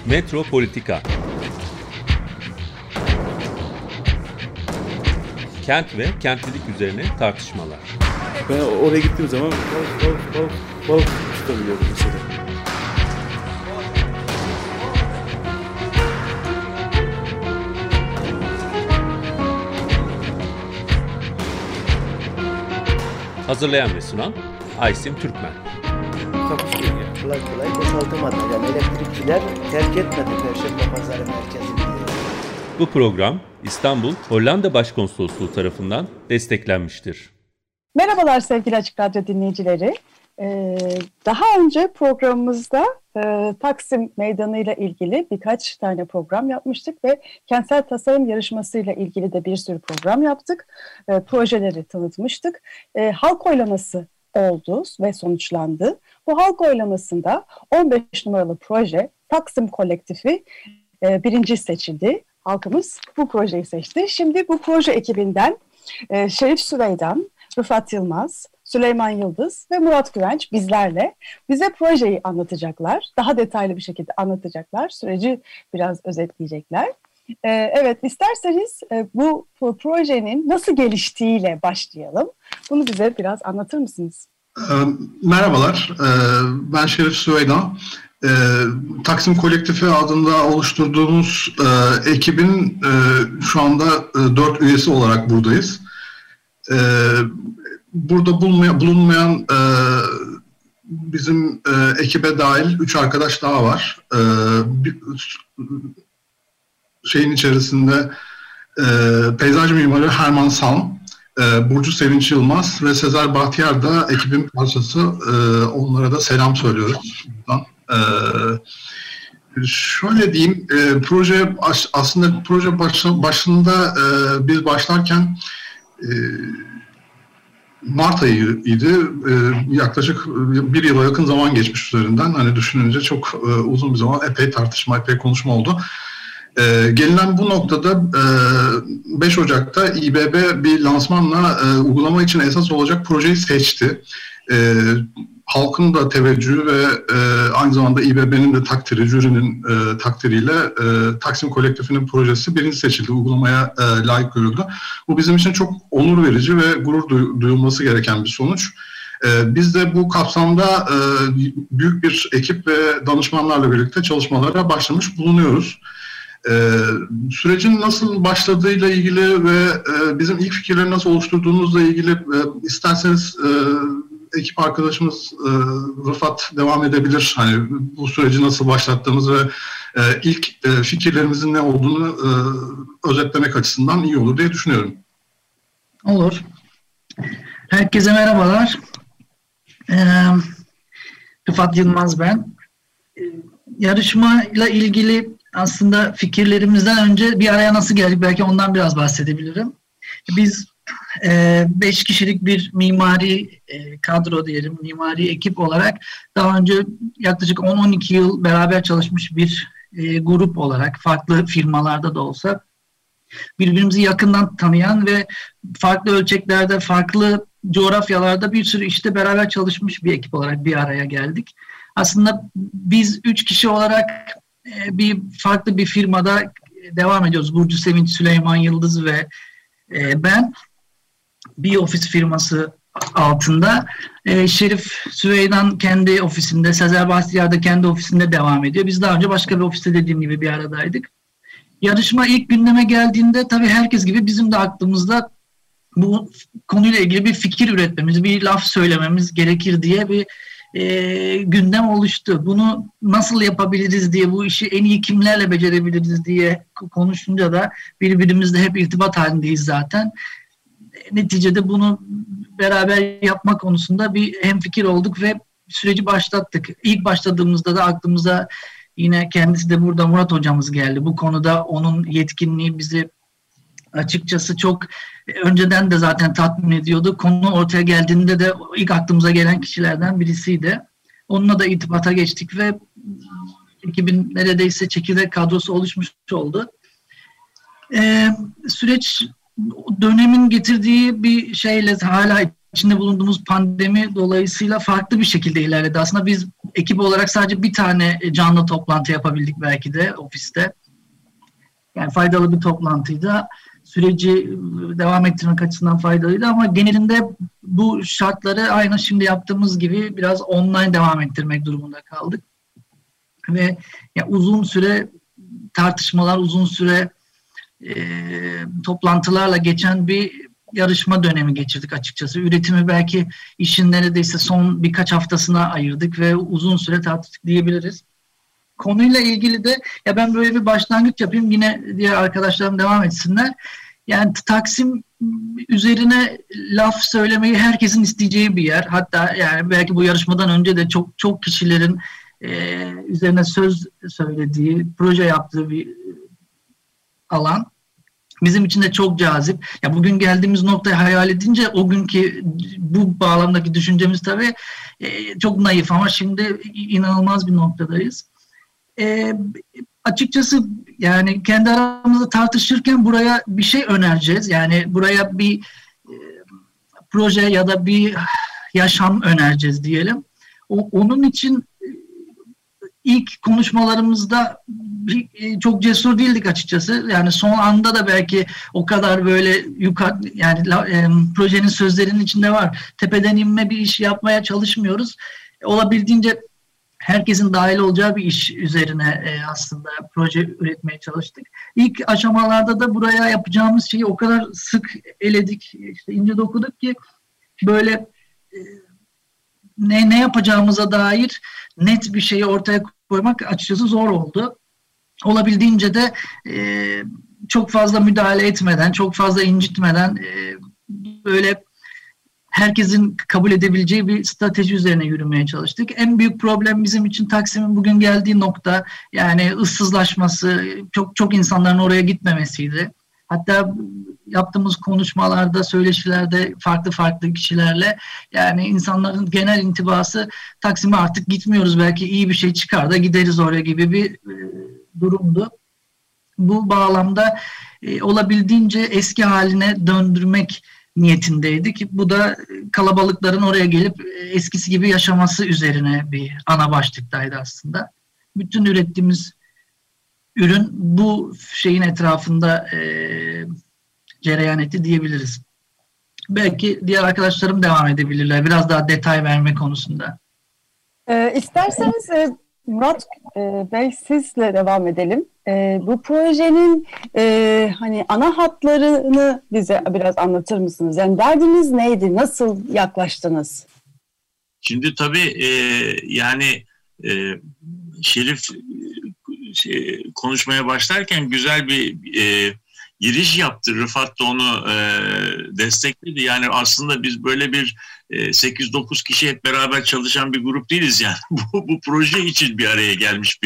Metropolitika. Kent ve kentlilik üzerine tartışmalar. Ben oraya gittiğim zaman balık tutabiliyordum mesela. Hazırlayan ve sunan Aysim Türkmen. Takusuyor yani. Kolay kolay boşaltamadı. Yani elektrikçiler terk etmedi Perşembe Pazarı merkezini. Bu program İstanbul Hollanda Başkonsolosluğu tarafından desteklenmiştir. Merhabalar sevgili Açık Radyo dinleyicileri. Daha önce programımızda Taksim Meydanı ile ilgili birkaç tane program yapmıştık ve kentsel tasarım yarışmasıyla ilgili de bir sürü program yaptık. Projeleri tanıtmıştık. Halk oylaması oldu ve sonuçlandı. Bu halk oylamasında 15 numaralı proje Taksim Kolektifi birinci seçildi. Halkımız bu projeyi seçti. Şimdi bu proje ekibinden Şerif Süveydan, Rıfat Yılmaz, Süleyman Yıldız ve Murat Güvenç bizlerle bize projeyi anlatacaklar. Daha detaylı bir şekilde anlatacaklar. Süreci biraz özetleyecekler. Evet, isterseniz bu projenin nasıl geliştiğiyle başlayalım. Bunu bize biraz anlatır mısınız? Merhabalar, ben Şerif Süveydan. Taksim Kolektifi adında oluşturduğumuz ekibin şu anda 4 üyesi olarak buradayız. Burada bulunmayan bizim ekibe dahil 3 arkadaş daha var. Şeyin içerisinde peyzaj mimarı Herman Salm, Burcu Sevinç Yılmaz ve Sezer Bahtiyar da ekibin parçası. Onlara da selam söylüyoruz buradan. Şöyle diyeyim, proje aslında proje başında biz başlarken Mart ayıydı. Yaklaşık bir yıla yakın zaman geçmiş üzerinden. Hani düşününce çok uzun bir zaman, epey tartışma, epey konuşma oldu. Gelinen bu noktada 5 Ocak'ta İBB bir lansmanla uygulama için esas olacak projeyi seçti. Halkın da teveccühü ve aynı zamanda İBB'nin de takdiri, jürinin takdiriyle Taksim Kolektifi'nin projesi birinci seçildi, uygulamaya layık görüldü. Bu bizim için çok onur verici ve gurur duyulması gereken bir sonuç. Biz de bu kapsamda büyük bir ekip ve danışmanlarla birlikte çalışmalara başlamış bulunuyoruz. Sürecin nasıl başladığıyla ilgili ve bizim ilk fikirleri nasıl oluşturduğumuzla ilgili isterseniz ekip arkadaşımız Rıfat devam edebilir. Hani bu süreci nasıl başlattığımız ve ilk fikirlerimizin ne olduğunu özetlemek açısından iyi olur diye düşünüyorum. Olur. Herkese merhabalar. Rıfat Yılmaz ben. Yarışmayla ilgili aslında fikirlerimizden önce bir araya nasıl geldik, belki ondan biraz bahsedebilirim. Biz 5 kişilik bir mimari kadro diyelim, mimari ekip olarak daha önce yaklaşık 10-12 yıl beraber çalışmış bir grup olarak, farklı firmalarda da olsa birbirimizi yakından tanıyan ve farklı ölçeklerde, farklı coğrafyalarda bir sürü işte beraber çalışmış bir ekip olarak bir araya geldik. Aslında biz 3 kişi olarak farklı bir firmada devam ediyoruz. Burcu Sevinç, Süleyman Yıldız ve ben bir ofis firması altında. Şerif Süveydan kendi ofisinde, Sezer Bahtiyar da kendi ofisinde devam ediyor. Biz daha önce başka bir ofiste dediğim gibi bir aradaydık. Yarışma ilk gündeme geldiğinde tabii herkes gibi bizim de aklımızda bu konuyla ilgili bir fikir üretmemiz, bir laf söylememiz gerekir diye bir gündem oluştu. Bunu nasıl yapabiliriz diye, bu işi en iyi kimlerle becerebiliriz diye konuşunca da birbirimizle hep irtibat halindeyiz zaten. Neticede bunu beraber yapma konusunda bir hemfikir olduk ve süreci başlattık. İlk başladığımızda da aklımıza yine kendisi de burada Murat hocamız geldi. Bu konuda onun yetkinliği bizi açıkçası çok önceden de zaten tatmin ediyordu. Konu ortaya geldiğinde de ilk aklımıza gelen kişilerden birisiydi. Onunla da irtibata geçtik ve ekibin neredeyse çekirdek kadrosu oluşmuş oldu. Süreç dönemin getirdiği bir şeyle, hala içinde bulunduğumuz pandemi dolayısıyla farklı bir şekilde ilerledi. Aslında biz ekip olarak sadece bir tane canlı toplantı yapabildik belki de ofiste. Yani faydalı bir toplantıydı. Süreci devam ettirmek açısından faydalıydı ama genelinde bu şartları aynı şimdi yaptığımız gibi biraz online devam ettirmek durumunda kaldık. Ve ya uzun süre tartışmalar, uzun süre toplantılarla geçen bir yarışma dönemi geçirdik açıkçası. Üretimi belki işin neredeyse son birkaç haftasına ayırdık ve uzun süre tartıştık diyebiliriz. Konuyla ilgili de ya ben böyle bir başlangıç yapayım, yine diğer arkadaşlarım devam etsinler. Yani Taksim üzerine laf söylemeyi herkesin isteyeceği bir yer. Hatta yani belki bu yarışmadan önce de çok kişilerin üzerine söz söylediği, proje yaptığı bir alan. Bizim için de çok cazip. Ya bugün geldiğimiz noktayı hayal edince o günkü bu bağlamdaki düşüncemiz tabii çok naif ama şimdi inanılmaz bir noktadayız. Açıkçası yani kendi aramızda tartışırken buraya bir şey önereceğiz. Yani buraya bir proje ya da bir yaşam önereceğiz diyelim. Onun için ilk konuşmalarımızda çok cesur değildik açıkçası. Yani son anda da belki o kadar böyle yukarı, yani projenin sözlerinin içinde var. Tepeden inme bir iş yapmaya çalışmıyoruz. Olabildiğince herkesin dahil olacağı bir iş üzerine aslında proje üretmeye çalıştık. İlk aşamalarda da buraya yapacağımız şeyi o kadar sık eledik, işte ince dokuduk ki böyle ne yapacağımıza dair net bir şeyi ortaya koymak açıkçası zor oldu. Olabildiğince de çok fazla müdahale etmeden, çok fazla incitmeden böyle herkesin kabul edebileceği bir strateji üzerine yürümeye çalıştık. En büyük problem bizim için Taksim'in bugün geldiği nokta, yani ıssızlaşması, çok insanların oraya gitmemesiydi. Hatta yaptığımız konuşmalarda, söyleşilerde farklı kişilerle yani insanların genel intibası Taksim'e artık gitmiyoruz, belki iyi bir şey çıkar da gideriz oraya gibi bir durumdu. Bu bağlamda olabildiğince eski haline döndürmek niyetindeydik. Bu da kalabalıkların oraya gelip eskisi gibi yaşaması üzerine bir ana başlıktaydı aslında. Bütün ürettiğimiz ürün bu şeyin etrafında cereyan etti diyebiliriz. Belki diğer arkadaşlarım devam edebilirler biraz daha detay verme konusunda. İsterseniz Murat Bey sizle devam edelim. Bu projenin hani ana hatlarını bize biraz anlatır mısınız? Yani derdiniz neydi? Nasıl yaklaştınız? Şimdi tabii yani Şerif konuşmaya başlarken güzel bir giriş yaptı. Rıfat da onu destekledi. Yani aslında biz böyle bir 8-9 kişi hep beraber çalışan bir grup değiliz yani. Bu proje için bir araya gelmiş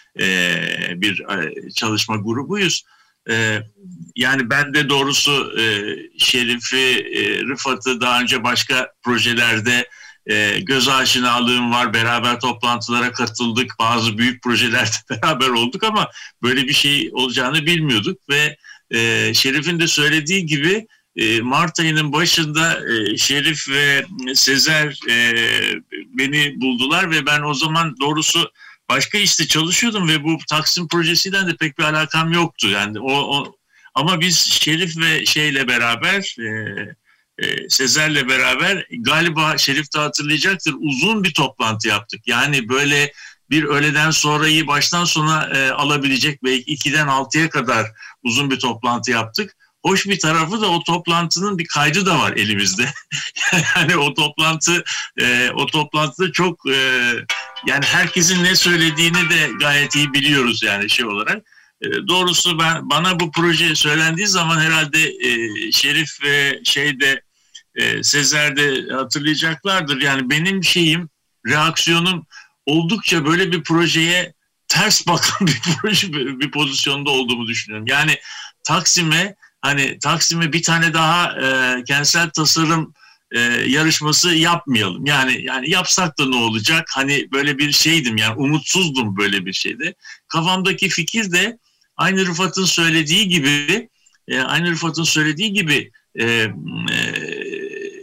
bir çalışma grubuyuz. Yani ben de doğrusu Şerif'i, Rıfat'ı daha önce başka projelerde göz aşinalığım var. Beraber toplantılara katıldık. Bazı büyük projelerde beraber olduk ama böyle bir şey olacağını bilmiyorduk ve Şerif'in de söylediği gibi Mart ayının başında Şerif ve Sezer beni buldular ve ben o zaman doğrusu başka işte çalışıyordum ve bu Taksim projesiyle de pek bir alakam yoktu. Yani ama biz Şerif ve şeyle beraber Sezer'le beraber galiba Şerif de hatırlayacaktır, uzun bir toplantı yaptık. Yani böyle bir öğleden sonrayı baştan sona alabilecek belki 2'den 6'ya kadar uzun bir toplantı yaptık. Hoş bir tarafı da o toplantının bir kaydı da var elimizde. Yani o toplantıda çok yani herkesin ne söylediğini de gayet iyi biliyoruz yani şey olarak. Doğrusu bana bu proje söylendiği zaman herhalde Şerif ve Sezer de hatırlayacaklardır. Yani benim reaksiyonum oldukça böyle bir projeye ters bakan bir pozisyonda olduğumu düşünüyorum. Yani Taksim'e bir tane daha kentsel tasarım yarışması yapmayalım. Yani yapsak da ne olacak? Hani böyle bir şeydim yani umutsuzdum böyle bir şeyde. Kafamdaki fikir de aynı Rıfat'ın söylediği gibi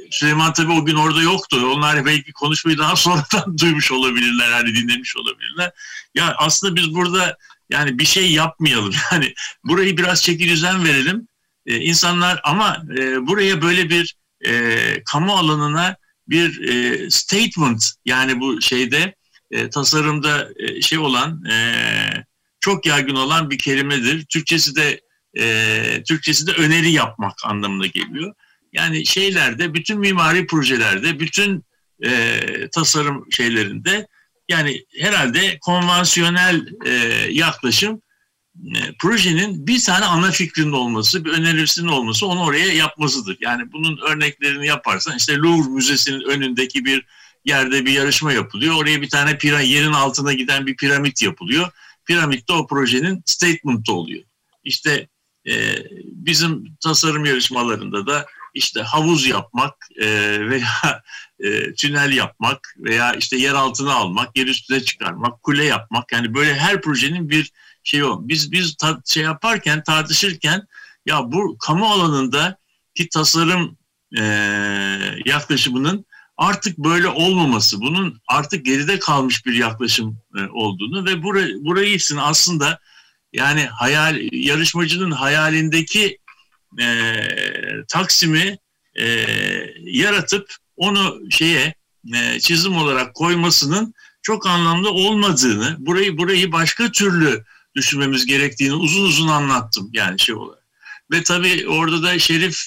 Süleyman tabii o gün orada yoktu. Onlar belki konuşmayı daha sonradan duymuş olabilirler, hani dinlemiş olabilirler. Ya aslında biz burada yani bir şey yapmayalım. Yani burayı biraz çekidüzen verelim. İnsanlar ama buraya böyle bir kamu alanına bir statement, yani bu şeyde tasarımda şey olan çok yaygın olan bir kelimedir. Türkçesi de öneri yapmak anlamına geliyor. Yani şeylerde, bütün mimari projelerde, bütün tasarım şeylerinde, yani herhalde konvansiyonel yaklaşım projenin bir tane ana fikrinin olması, bir önerisinin olması, onu oraya yapmasıdır. Yani bunun örneklerini yaparsan işte Louvre Müzesi'nin önündeki bir yerde bir yarışma yapılıyor. Oraya bir tane yerin altına giden bir piramit yapılıyor. Piramit de o projenin statement'ı oluyor. İşte bizim tasarım yarışmalarında da işte havuz yapmak veya tünel yapmak veya işte yer altına almak, yer üstüne çıkarmak, kule yapmak, yani böyle her projenin bir şeyi o. Biz şey yaparken, tartışırken ya bu kamu alanındaki tasarım yaklaşımının artık böyle olmaması, bunun artık geride kalmış bir yaklaşım olduğunu ve burayı aslında yani yarışmacının hayalindeki Taksim'i yaratıp onu çizim olarak koymasının çok anlamlı olmadığını, burayı başka türlü düşünmemiz gerektiğini uzun uzun anlattım yani şey olarak. Ve tabii orada da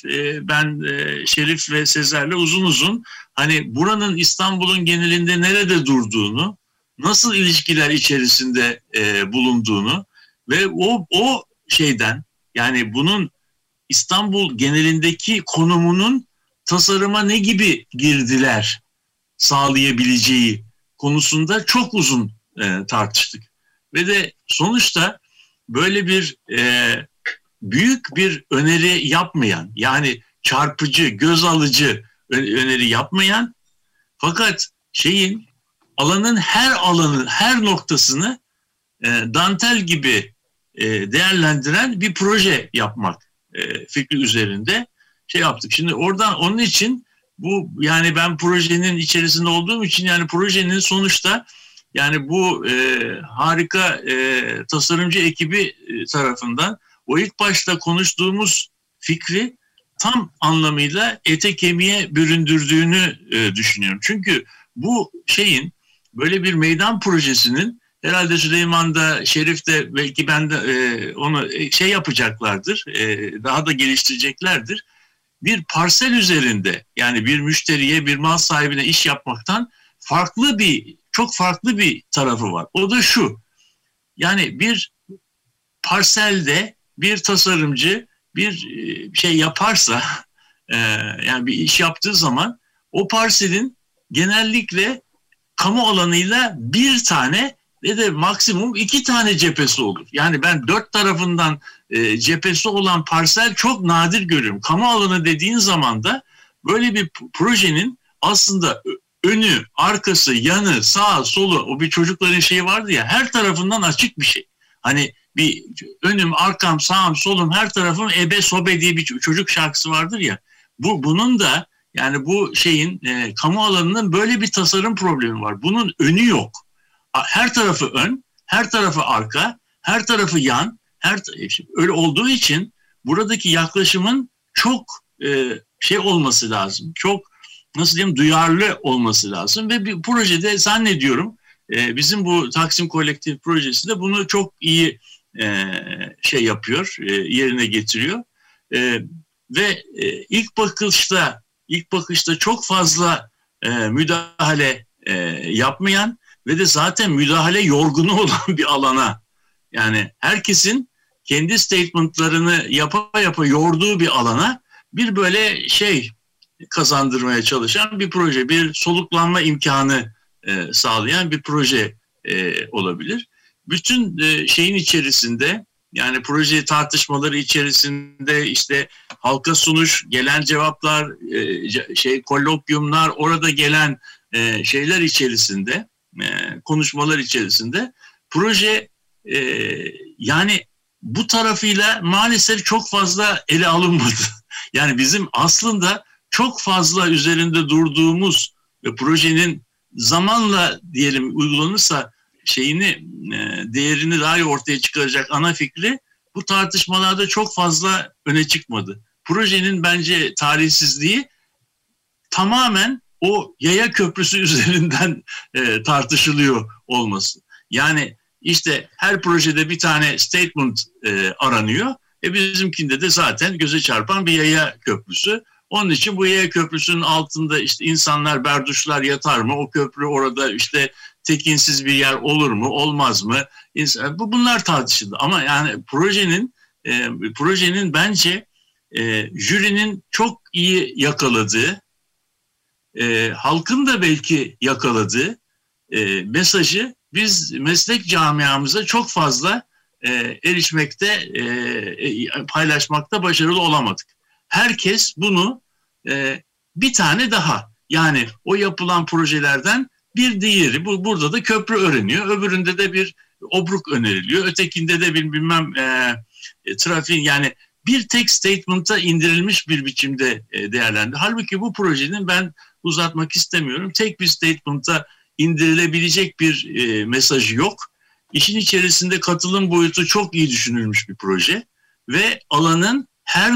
Şerif ve Sezer'le uzun uzun hani buranın İstanbul'un genelinde nerede durduğunu, nasıl ilişkiler içerisinde bulunduğunu ve o şeyden, yani bunun İstanbul genelindeki konumunun tasarıma ne gibi girdiler sağlayabileceği konusunda çok uzun tartıştık. Ve de sonuçta böyle bir büyük bir öneri yapmayan, yani çarpıcı, göz alıcı öneri yapmayan, fakat alanın her noktasını dantel gibi değerlendiren bir proje yapmak fikri üzerinde şey yaptık. Şimdi onun için bu, yani ben projenin içerisinde olduğum için, yani projenin sonuçta yani bu harika tasarımcı ekibi tarafından o ilk başta konuştuğumuz fikri tam anlamıyla ete kemiğe büründürdüğünü düşünüyorum. Çünkü bu böyle bir meydan projesinin herhalde Süleyman'da, Şerif'te, belki ben de onu yapacaklardır, daha da geliştireceklerdir. Bir parsel üzerinde, yani bir müşteriye, bir mal sahibine iş yapmaktan çok farklı bir tarafı var. O da şu: yani bir parselde bir tasarımcı bir şey yaparsa, yani bir iş yaptığı zaman o parselin genellikle kamu alanıyla bir tane ve de maksimum 2 tane cephesi olur. Yani ben 4 tarafından cephesi olan parsel çok nadir görüyorum. Kamu alanı dediğin zaman da böyle bir projenin aslında önü, arkası, yanı, sağı, solu, o bir çocukların şeyi vardı ya, her tarafından açık bir şey. Hani bir önüm, arkam, sağım, solum, her tarafım ebe sobe diye bir çocuk şarkısı vardır ya. Bunun da, yani bu kamu alanının böyle bir tasarım problemi var. Bunun önü yok. Her tarafı ön, her tarafı arka, her tarafı yan, öyle olduğu için buradaki yaklaşımın çok olması lazım. Çok, nasıl diyeyim, duyarlı olması lazım ve bir projede zannediyorum bizim bu Taksim Kolektif projesi de bunu çok iyi yapıyor, yerine getiriyor. Ve ilk bakışta çok fazla müdahale yapmayan ve de zaten müdahale yorgunu olan bir alana, yani herkesin kendi statementlarını yapa yorduğu bir alana bir böyle kazandırmaya çalışan bir proje, bir soluklanma imkanı sağlayan bir proje olabilir. Bütün şeyin içerisinde, yani proje tartışmaları içerisinde işte halka sunuş, gelen cevaplar, kolokyumlar, orada gelen şeyler içerisinde, konuşmalar içerisinde proje yani bu tarafıyla maalesef çok fazla ele alınmadı. Yani bizim aslında çok fazla üzerinde durduğumuz ve projenin zamanla diyelim uygulanırsa değerini daha iyi ortaya çıkaracak ana fikri bu tartışmalarda çok fazla öne çıkmadı. Projenin bence tarihsizliği tamamen o yaya köprüsü üzerinden tartışılıyor olması. Yani işte her projede bir tane statement aranıyor. Bizimkinde de zaten göze çarpan bir yaya köprüsü. Onun için bu yaya köprüsünün altında işte insanlar, berduşlar yatar mı? O köprü orada işte tekinsiz bir yer olur mu? Olmaz mı? Bunlar tartışıldı. Ama yani projenin bence jürinin çok iyi yakaladığı, halkın da belki yakaladığı mesajı biz meslek camiamıza çok fazla erişmekte, paylaşmakta başarılı olamadık. Herkes bunu bir tane daha, yani o yapılan projelerden bir diğeri, burada da köprü öğreniyor, öbüründe de bir obruk öneriliyor, ötekinde de bilmem trafiğin, yani bir tek statement'a indirilmiş bir biçimde değerlendi. Halbuki bu projenin, ben uzatmak istemiyorum, tek bir statement'a indirilebilecek bir mesajı yok. İşin içerisinde katılım boyutu çok iyi düşünülmüş bir proje ve alanın her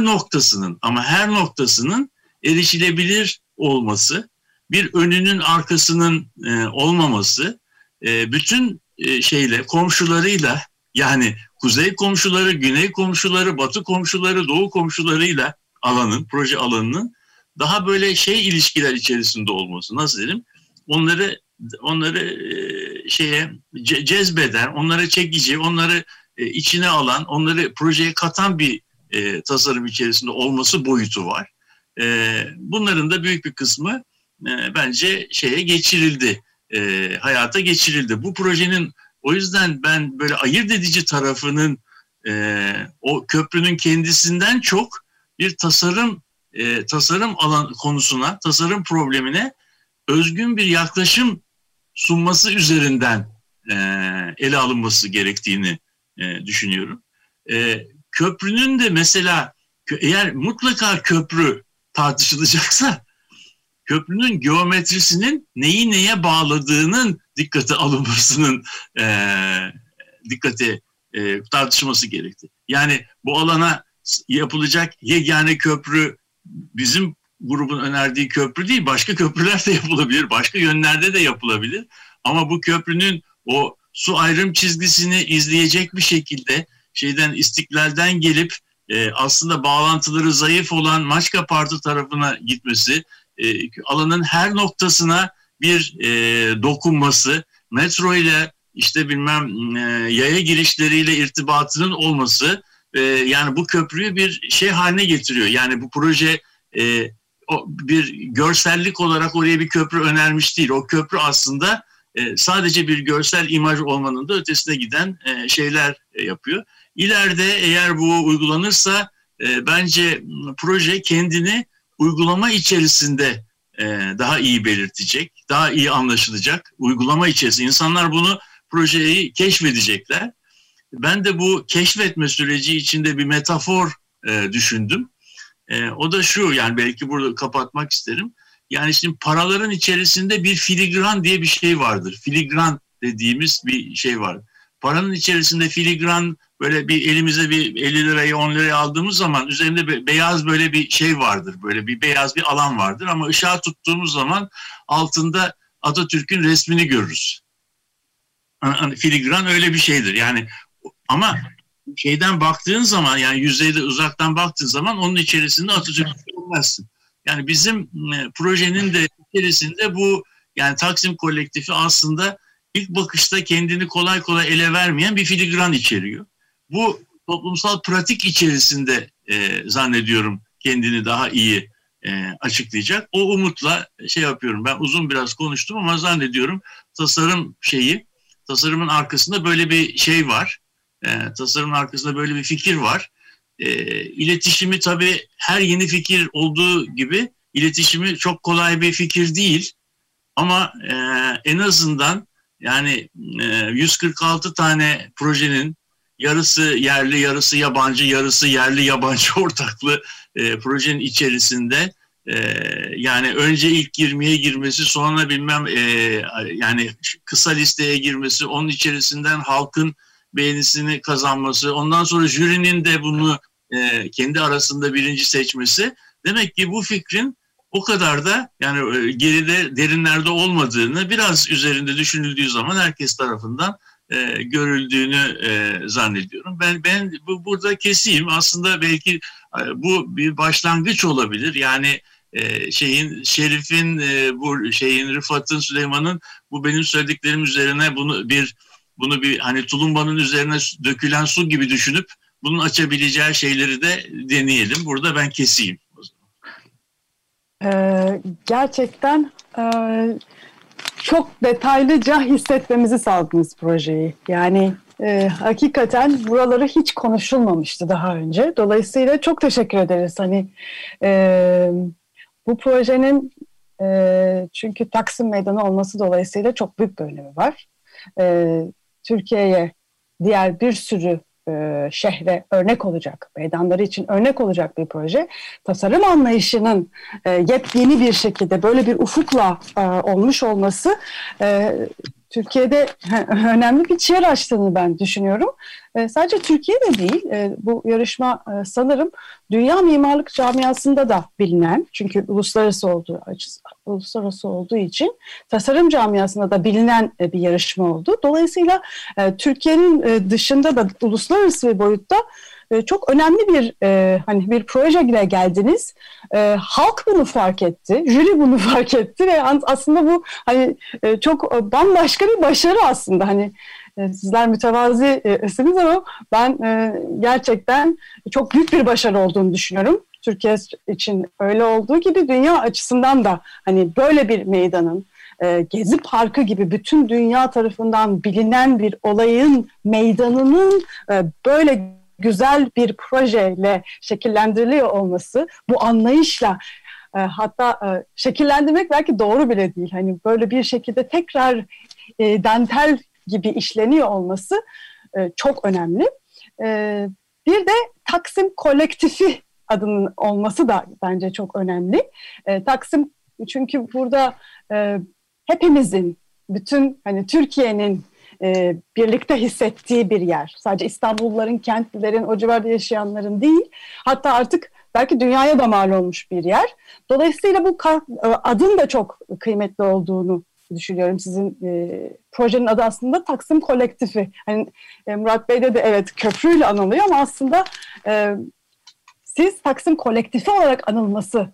noktasının erişilebilir olması, bir önünün arkasının olmaması, bütün komşularıyla, yani kuzey komşuları, güney komşuları, batı komşuları, doğu komşularıyla proje alanının daha böyle ilişkiler içerisinde olması, nasıl derim, onları cezbeden, onlara çekici, onları içine alan, onları projeye katan bir tasarım içerisinde olması boyutu var. Bunların da büyük bir kısmı bence geçirildi, hayata geçirildi. Bu projenin, o yüzden ben böyle ayırt edici tarafının o köprünün kendisinden çok bir tasarım alan konusuna, tasarım problemine özgün bir yaklaşım sunması üzerinden ele alınması gerektiğini düşünüyorum. Köprünün de mesela, eğer mutlaka köprü tartışılacaksa, köprünün geometrisinin neyi neye bağladığının dikkate alınmasının tartışılması gerekti. Yani bu alana yapılacak yegane köprü bizim grubun önerdiği köprü değil, başka köprüler de yapılabilir, başka yönlerde de yapılabilir. Ama bu köprünün o su ayrım çizgisini izleyecek bir şekilde İstiklal'den gelip aslında bağlantıları zayıf olan Maçka-Partı tarafına gitmesi, alanın her noktasına bir dokunması, metro ile yaya girişleriyle irtibatının olması, yani bu köprüyü bir haline getiriyor. Yani bu proje bir görsellik olarak oraya bir köprü önermiş değil. O köprü aslında sadece bir görsel imaj olmanın da ötesine giden şeyler yapıyor. İleride eğer bu uygulanırsa bence proje kendini uygulama içerisinde daha iyi belirtecek, daha iyi anlaşılacak. Uygulama içerisinde insanlar projeyi keşfedecekler. Ben de bu keşfetme süreci içinde bir metafor düşündüm. O da şu, yani belki burada kapatmak isterim. Yani şimdi paraların içerisinde bir filigran diye bir şey vardır. Filigran dediğimiz bir şey var. Paranın içerisinde filigran, böyle bir elimize bir 50 lirayı 10 liraya aldığımız zaman üzerinde beyaz böyle bir şey vardır. Böyle bir beyaz bir alan vardır ama ışığa tuttuğumuz zaman altında Atatürk'ün resmini görürüz. Filigran öyle bir şeydir. Yani ama baktığın zaman, yani yüzeyde uzaktan baktığın zaman onun içerisinde Atatürk'ü görmezsin. Yani bizim projenin de içerisinde bu, yani Taksim kolektifi aslında ilk bakışta kendini kolay kolay ele vermeyen bir filigran içeriyor. Bu toplumsal pratik içerisinde zannediyorum kendini daha iyi açıklayacak. O umutla yapıyorum. Ben uzun biraz konuştum ama zannediyorum tasarımın arkasında böyle bir şey var. Tasarımın arkasında böyle bir fikir var. İletişimi tabii her yeni fikir olduğu gibi iletişimi çok kolay bir fikir değil. Ama en azından yani 146 tane projenin yarısı yerli, yarısı yabancı, yarısı yerli yabancı ortaklı projenin içerisinde Yani önce ilk 20'ye girmesi, sonra bilmem yani kısa listeye girmesi, onun içerisinden halkın beğenisini kazanması, ondan sonra jürinin de bunu kendi arasında birinci seçmesi. Demek ki bu fikrin o kadar da yani geride, derinlerde olmadığını biraz üzerinde düşünüldüğü zaman herkes tarafından görüldüğünü zannediyorum. Ben burada keseyim. Aslında belki bu bir başlangıç olabilir. Yani Şerif'in, Rıfat'ın, Süleyman'ın bu benim söylediklerim üzerine bunu bir hani tulumbanın üzerine dökülen su gibi düşünüp bunun açabileceği şeyleri de deneyelim. Burada ben keseyim. Gerçekten çok detaylıca hissetmemizi sağladınız projeyi. Yani hakikaten buraları hiç konuşulmamıştı daha önce. Dolayısıyla çok teşekkür ederiz. Hani bu projenin çünkü Taksim Meydanı olması dolayısıyla çok büyük bir önemi var. Türkiye'ye, diğer bir sürü şehre örnek olacak, meydanları için örnek olacak bir proje. Tasarım anlayışının yepyeni bir şekilde böyle bir ufukla olmuş olması Türkiye'de önemli bir çığır açtığını ben düşünüyorum. Sadece Türkiye'de değil, bu yarışma sanırım dünya mimarlık camiasında da bilinen, çünkü uluslararası olduğu için tasarım camiasında da bilinen bir yarışma oldu. Dolayısıyla Türkiye'nin dışında da uluslararası bir boyutta çok önemli bir projeyle geldiniz. Halk bunu fark etti, jüri bunu fark etti ve aslında bu çok bambaşka bir başarı aslında. Sizler mütevazisiniz ama ben gerçekten çok büyük bir başarı olduğunu düşünüyorum. Türkiye için öyle olduğu gibi dünya açısından da böyle bir meydanın, Gezi Parkı gibi bütün dünya tarafından bilinen bir olayın meydanının böyle güzel bir projeyle şekillendiriliyor olması, bu anlayışla hatta şekillendirmek belki doğru bile değil. Böyle bir şekilde tekrar dantel gibi işleniyor olması çok önemli. Bir de Taksim Kolektifi adının olması da bence çok önemli. Taksim çünkü burada hepimizin, bütün Türkiye'nin birlikte hissettiği bir yer. Sadece İstanbulluların, kentlilerin, o civarda yaşayanların değil, hatta artık belki dünyaya da mal olmuş bir yer. Dolayısıyla bu adın da çok kıymetli olduğunu düşünüyorum. Sizin projenin adı aslında Taksim Kolektifi. Murat Bey'de de evet köprüyle anılıyor ama aslında siz Taksim Kolektifi olarak anılması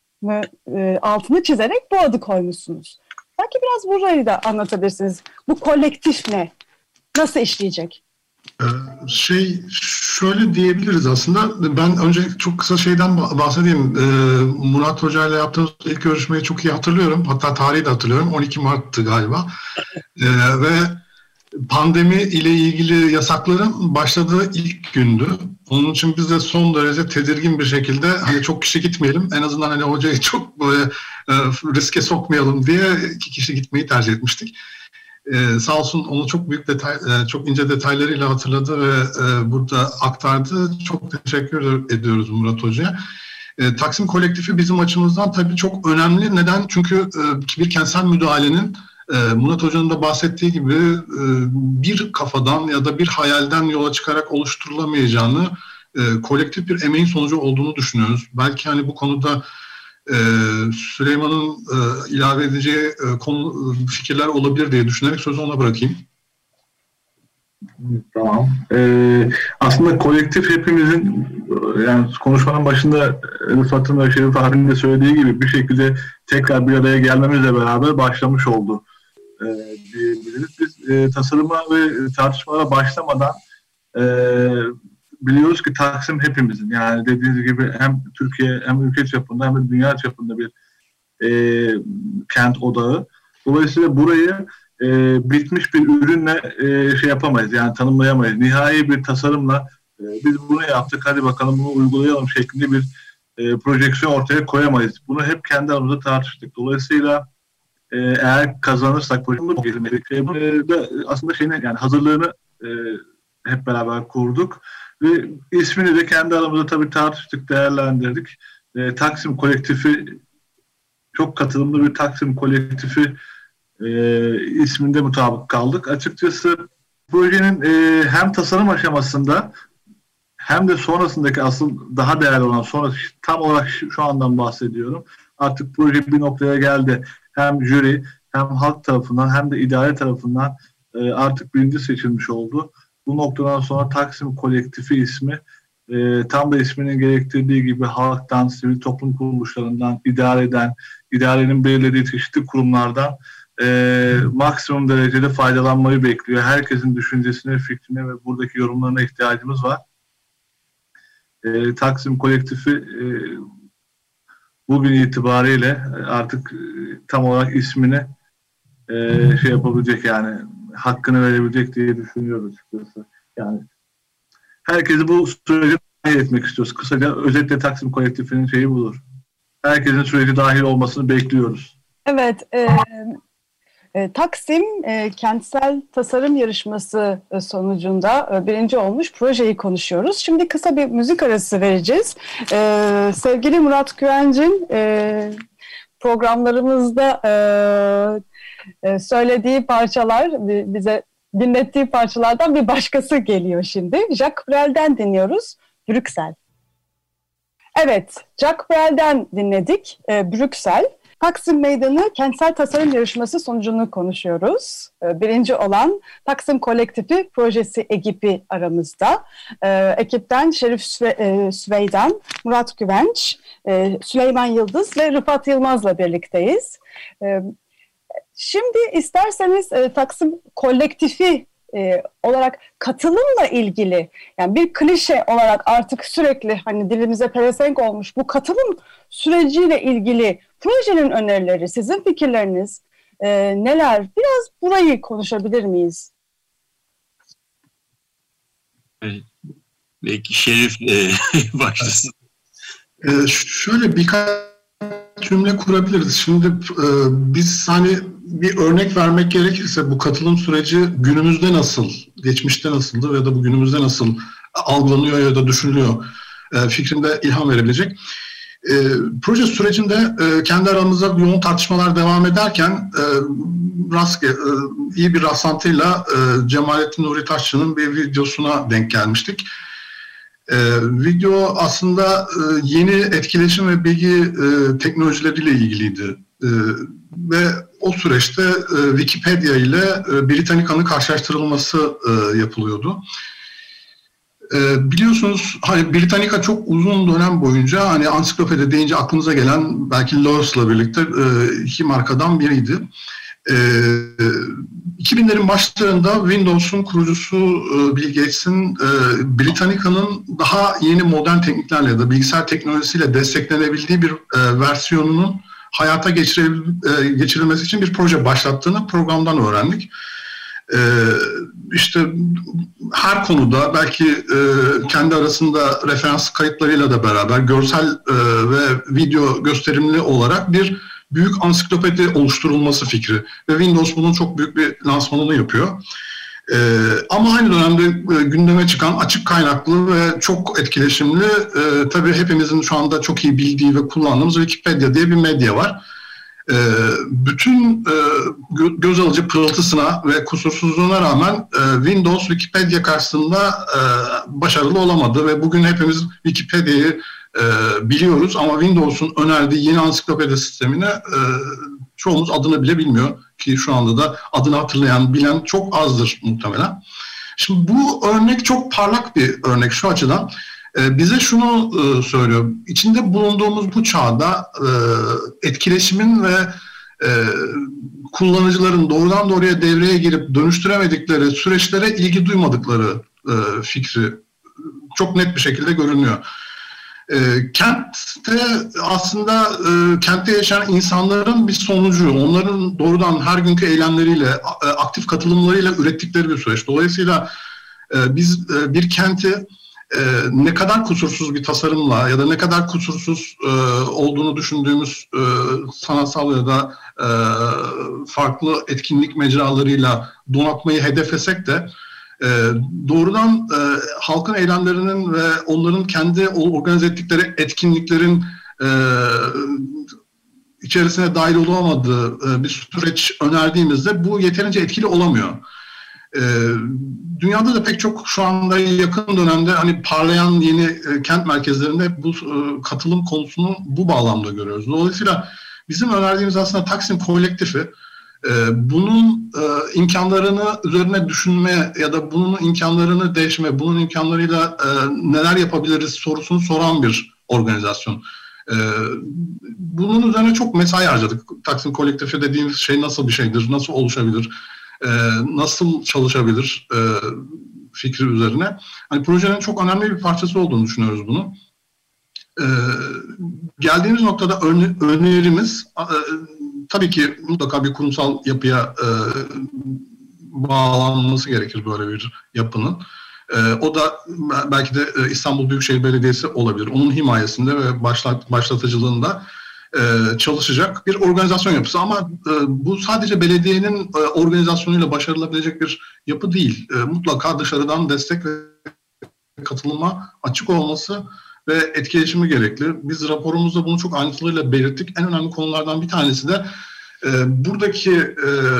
altını çizerek bu adı koymuşsunuz. Belki biraz burayı da anlatabilirsiniz. Bu kolektif ne? Nasıl işleyecek? Şöyle diyebiliriz aslında. Ben önce çok kısa şeyden bahsedeyim. Murat Hoca ile yaptığımız ilk görüşmeyi çok iyi hatırlıyorum. Hatta tarihi de hatırlıyorum. 12 Mart'tı galiba. Ve pandemi ile ilgili yasakların başladığı ilk gündü. Onun için biz de son derece tedirgin bir şekilde çok kişi gitmeyelim. En azından hocayı çok böyle riske sokmayalım diye 2 kişi gitmeyi tercih etmiştik. Sağ olsun onu çok büyük çok ince detaylarıyla hatırladı ve burada aktardı. Çok teşekkür ediyoruz Murat Hoca'ya. Taksim Kolektifi bizim açımızdan tabii çok önemli. Neden? Çünkü bir kentsel müdahalenin Murat Hoca'nın da bahsettiği gibi bir kafadan ya da bir hayalden yola çıkarak oluşturulamayacağını, kolektif bir emeğin sonucu olduğunu düşünüyoruz. Belki bu konuda Süleyman'ın ilave edeceği fikirler olabilir diye düşünerek sözü ona bırakayım. Tamam. Aslında kolektif hepimizin, yani konuşmanın başında Rıfat'ın ve Şerif abinin de söylediği gibi bir şekilde tekrar bir araya gelmemizle beraber başlamış oldu diyebiliriz. Biz tasarıma ve tartışmalara başlamadan biliyoruz ki Taksim hepimizin, yani dediğiniz gibi hem Türkiye hem ülke çapında hem de dünya çapında bir kent odağı. Dolayısıyla burayı bitmiş bir ürünle yapamayız, yani tanımlayamayız. Nihai bir tasarımla biz bunu yaptık, hadi bakalım bunu uygulayalım şeklinde bir projeksiyon ortaya koyamayız. Bunu hep kendi aramızda tartıştık. Dolayısıyla eğer kazanırsak aslında yani hazırlığını hep beraber kurduk ve ismini de kendi aramızda tabii tartıştık, değerlendirdik. Taksim Kolektifi, çok katılımlı bir Taksim Kolektifi isminde mutabık kaldık. Açıkçası projenin hem tasarım aşamasında hem de sonrasındaki asıl daha değerli olan, sonra tam olarak şu andan bahsediyorum. Artık proje bir noktaya geldi. Hem jüri hem halk tarafından hem de idare tarafından artık birinci seçilmiş oldu. Bu noktadan sonra Taksim Kolektifi ismi tam da isminin gerektirdiği gibi halktan, sivil toplum kuruluşlarından, idarenin belirlediği çeşitli kurumlardan maksimum derecede faydalanmayı bekliyor. Herkesin düşüncesine, fikrine ve buradaki yorumlarına ihtiyacımız var. Taksim Kolektifi bugün itibariyle artık tam olarak ismini şey yapabilecek, yani hakkını verebilecek diye düşünüyoruz açıkçası. Yani herkesi bu sürece dahil etmek istiyoruz. Kısaca özetle Taksim Kolektifi'nin şeyi budur. Herkesin sürece dahil olmasını bekliyoruz. Evet, Taksim Kentsel Tasarım Yarışması sonucunda birinci olmuş projeyi konuşuyoruz. Şimdi kısa bir müzik arası vereceğiz. Sevgili Murat Güvenç'in programlarımızda söylediği parçalar, bize dinlettiği parçalardan bir başkası geliyor şimdi. Jacques Brel'den dinliyoruz, Brüksel. Evet, Jacques Brel'den dinledik, Brüksel. Taksim Meydanı Kentsel Tasarım Yarışması sonucunu konuşuyoruz. Birinci olan Taksim Kolektifi projesi ekibi aramızda. Ekipten Şerif Süveydan, Murat Güvenç, Süleyman Yıldız ve Rıfat Yılmaz'la birlikteyiz. Şimdi isterseniz Taksim Kolektifi olarak katılımla ilgili, yani bir klişe olarak artık sürekli hani dilimize pelesenk olmuş bu katılım süreciyle ilgili projenin önerileri, sizin fikirleriniz neler? Biraz burayı konuşabilir miyiz? Belki Şerif başlasın. Şöyle birkaç cümle kurabiliriz. Şimdi biz hani bir örnek vermek gerekirse bu katılım süreci günümüzde nasıl, geçmişte nasıldı ya da bu günümüzde nasıl algılanıyor ya da düşünülüyor fikrinde ilham verebilecek. Proje sürecinde kendi aramızda yoğun tartışmalar devam ederken iyi bir rastlantıyla Cemalettin Nuri Taşçı'nın bir videosuna denk gelmiştik. Video aslında yeni etkileşim ve bilgi teknolojileriyle ilgiliydi. Ve o süreçte Wikipedia ile Britannica'nın karşılaştırılması yapılıyordu. Biliyorsunuz hani Britannica çok uzun dönem boyunca hani ansiklopedi deyince aklınıza gelen belki Lawrence'la birlikte iki markadan biriydi. 2000'lerin başlarında Windows'un kurucusu Bill Gates'in Britannica'nın daha yeni modern tekniklerle ya da bilgisayar teknolojisiyle desteklenebildiği bir versiyonunun hayata geçirilmesi için bir proje başlattığını programdan öğrendik. İşte her konuda belki kendi arasında referans kayıtlarıyla da beraber görsel ve video gösterimli olarak bir büyük ansiklopedi oluşturulması fikri ve Windows bunun çok büyük bir lansmanını yapıyor. Ama aynı dönemde gündeme çıkan açık kaynaklı ve çok etkileşimli, tabii hepimizin şu anda çok iyi bildiği ve kullandığımız Wikipedia diye bir medya var. Bütün göz alıcı pırıltısına ve kusursuzluğuna rağmen Windows Wikipedia karşısında başarılı olamadı ve bugün hepimiz Wikipedia'yı biliyoruz ama Windows'un önerdiği yeni ansiklopedi sistemine çoğumuz adını bile bilmiyor ki şu anda da adını hatırlayan, bilen çok azdır muhtemelen. Şimdi bu örnek çok parlak bir örnek şu açıdan. Bize şunu söylüyor, içinde bulunduğumuz bu çağda etkileşimin ve kullanıcıların doğrudan doğruya devreye girip dönüştüremedikleri süreçlere ilgi duymadıkları fikri çok net bir şekilde görünüyor. Kentte aslında kentte yaşayan insanların bir sonucu, onların doğrudan her günkü eylemleriyle, aktif katılımlarıyla ürettikleri bir süreç. Dolayısıyla biz bir kenti ne kadar kusursuz bir tasarımla ya da ne kadar kusursuz olduğunu düşündüğümüz sanatsal ya da farklı etkinlik mecralarıyla donatmayı hedeflesek de doğrudan halkın eylemlerinin ve onların kendi organize ettikleri etkinliklerin içerisine dahil olamadığı bir süreç önerdiğimizde bu yeterince etkili olamıyor. Dünyada da pek çok şu anda yakın dönemde hani parlayan yeni kent merkezlerinde bu katılım konusunu bu bağlamda görüyoruz. Dolayısıyla bizim önerdiğimiz aslında Taksim Kolektifi bunun imkanlarını üzerine düşünme ya da bunun imkanlarını değişme, bunun imkanlarıyla neler yapabiliriz sorusunu soran bir organizasyon. Bunun üzerine çok mesai harcadık. Taksim Kolektifi dediğimiz şey nasıl bir şeydir, nasıl oluşabilir, nasıl çalışabilir fikri üzerine. Hani projenin çok önemli bir parçası olduğunu düşünüyoruz bunu. Geldiğimiz noktada önerimiz tabii ki mutlaka bir kurumsal yapıya bağlanması gerekir böyle bir yapının. O da belki de İstanbul Büyükşehir Belediyesi olabilir. Onun himayesinde ve başlatıcılığında çalışacak bir organizasyon yapısı. Ama bu sadece belediyenin organizasyonuyla başarılabilecek bir yapı değil. Mutlaka dışarıdan destek ve katılıma açık olması ve etkileşimi gerekli. Biz raporumuzda bunu çok ayrıntılıyla belirttik. En önemli konulardan bir tanesi de buradaki